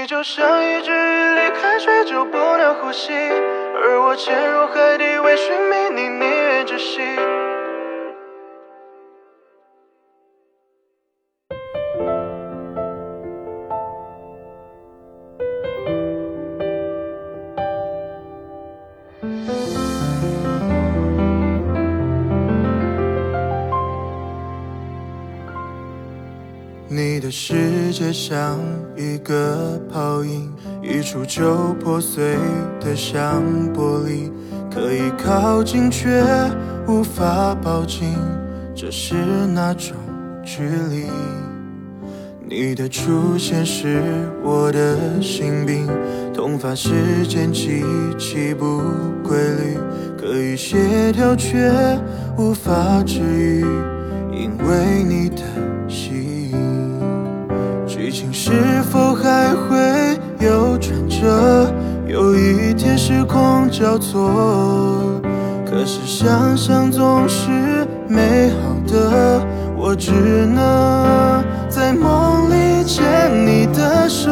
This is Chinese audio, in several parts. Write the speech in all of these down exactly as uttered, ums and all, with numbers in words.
你就像一只鱼离开水就不能呼吸，而我潜入海底为寻觅你，宁愿窒息。你的世界像一个泡影，一触就破碎的像玻璃，可以靠近却无法抱紧，这是哪种距离？你的出现是我的心病，痛发时间极其不规律，可以协调却无法治愈，因为你的吸引。剧情是否还会有转折？有一天时空交错，可是想象总是美好的，我只能在梦里牵你的手。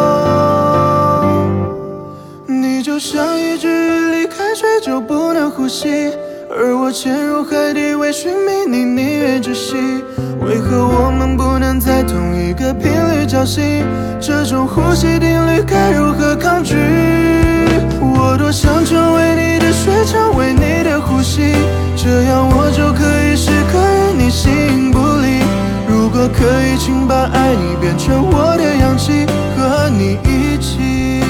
你就像一只鱼离开水就不能呼吸，而我潜入海底为寻觅你，宁愿窒息。为何我们不能在同一个频率交心？这种呼吸定律该如何抗拒？我多想成为你的水，成为你的呼吸，这样我就可以时刻与你形影不离。如果可以，请把爱你变成我的氧气，和你一起。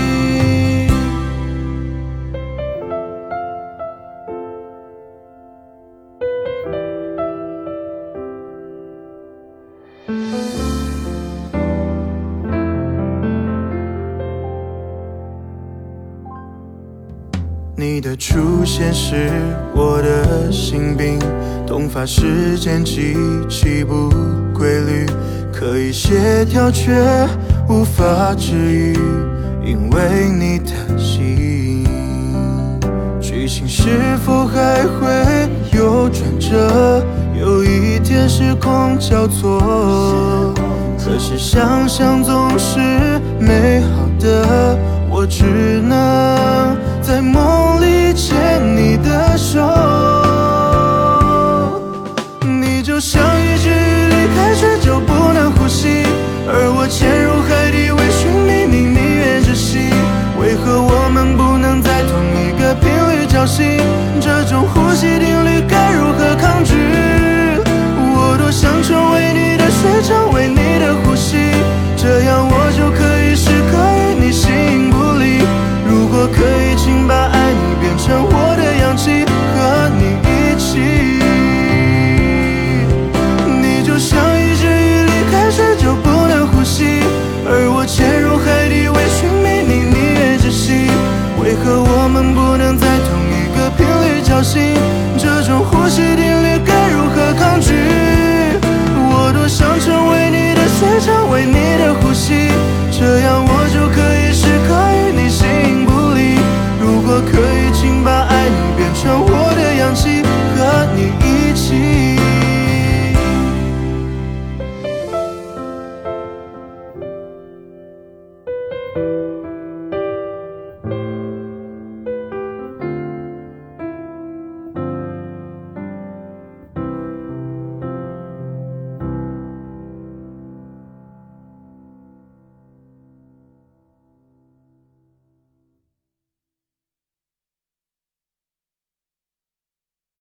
你的出现是我的心病，痛发时间极其不规律，可以协调却无法治愈，因为你的吸引。剧情是否还会有转折？有一天时空交错，可是想象总是美好的，我只能在梦里牵你的手。你就像一只鱼离开水就不能呼吸，而我潜入海底为寻觅你，宁愿窒息。为何我们不能在同一个频率交心？这种呼吸定律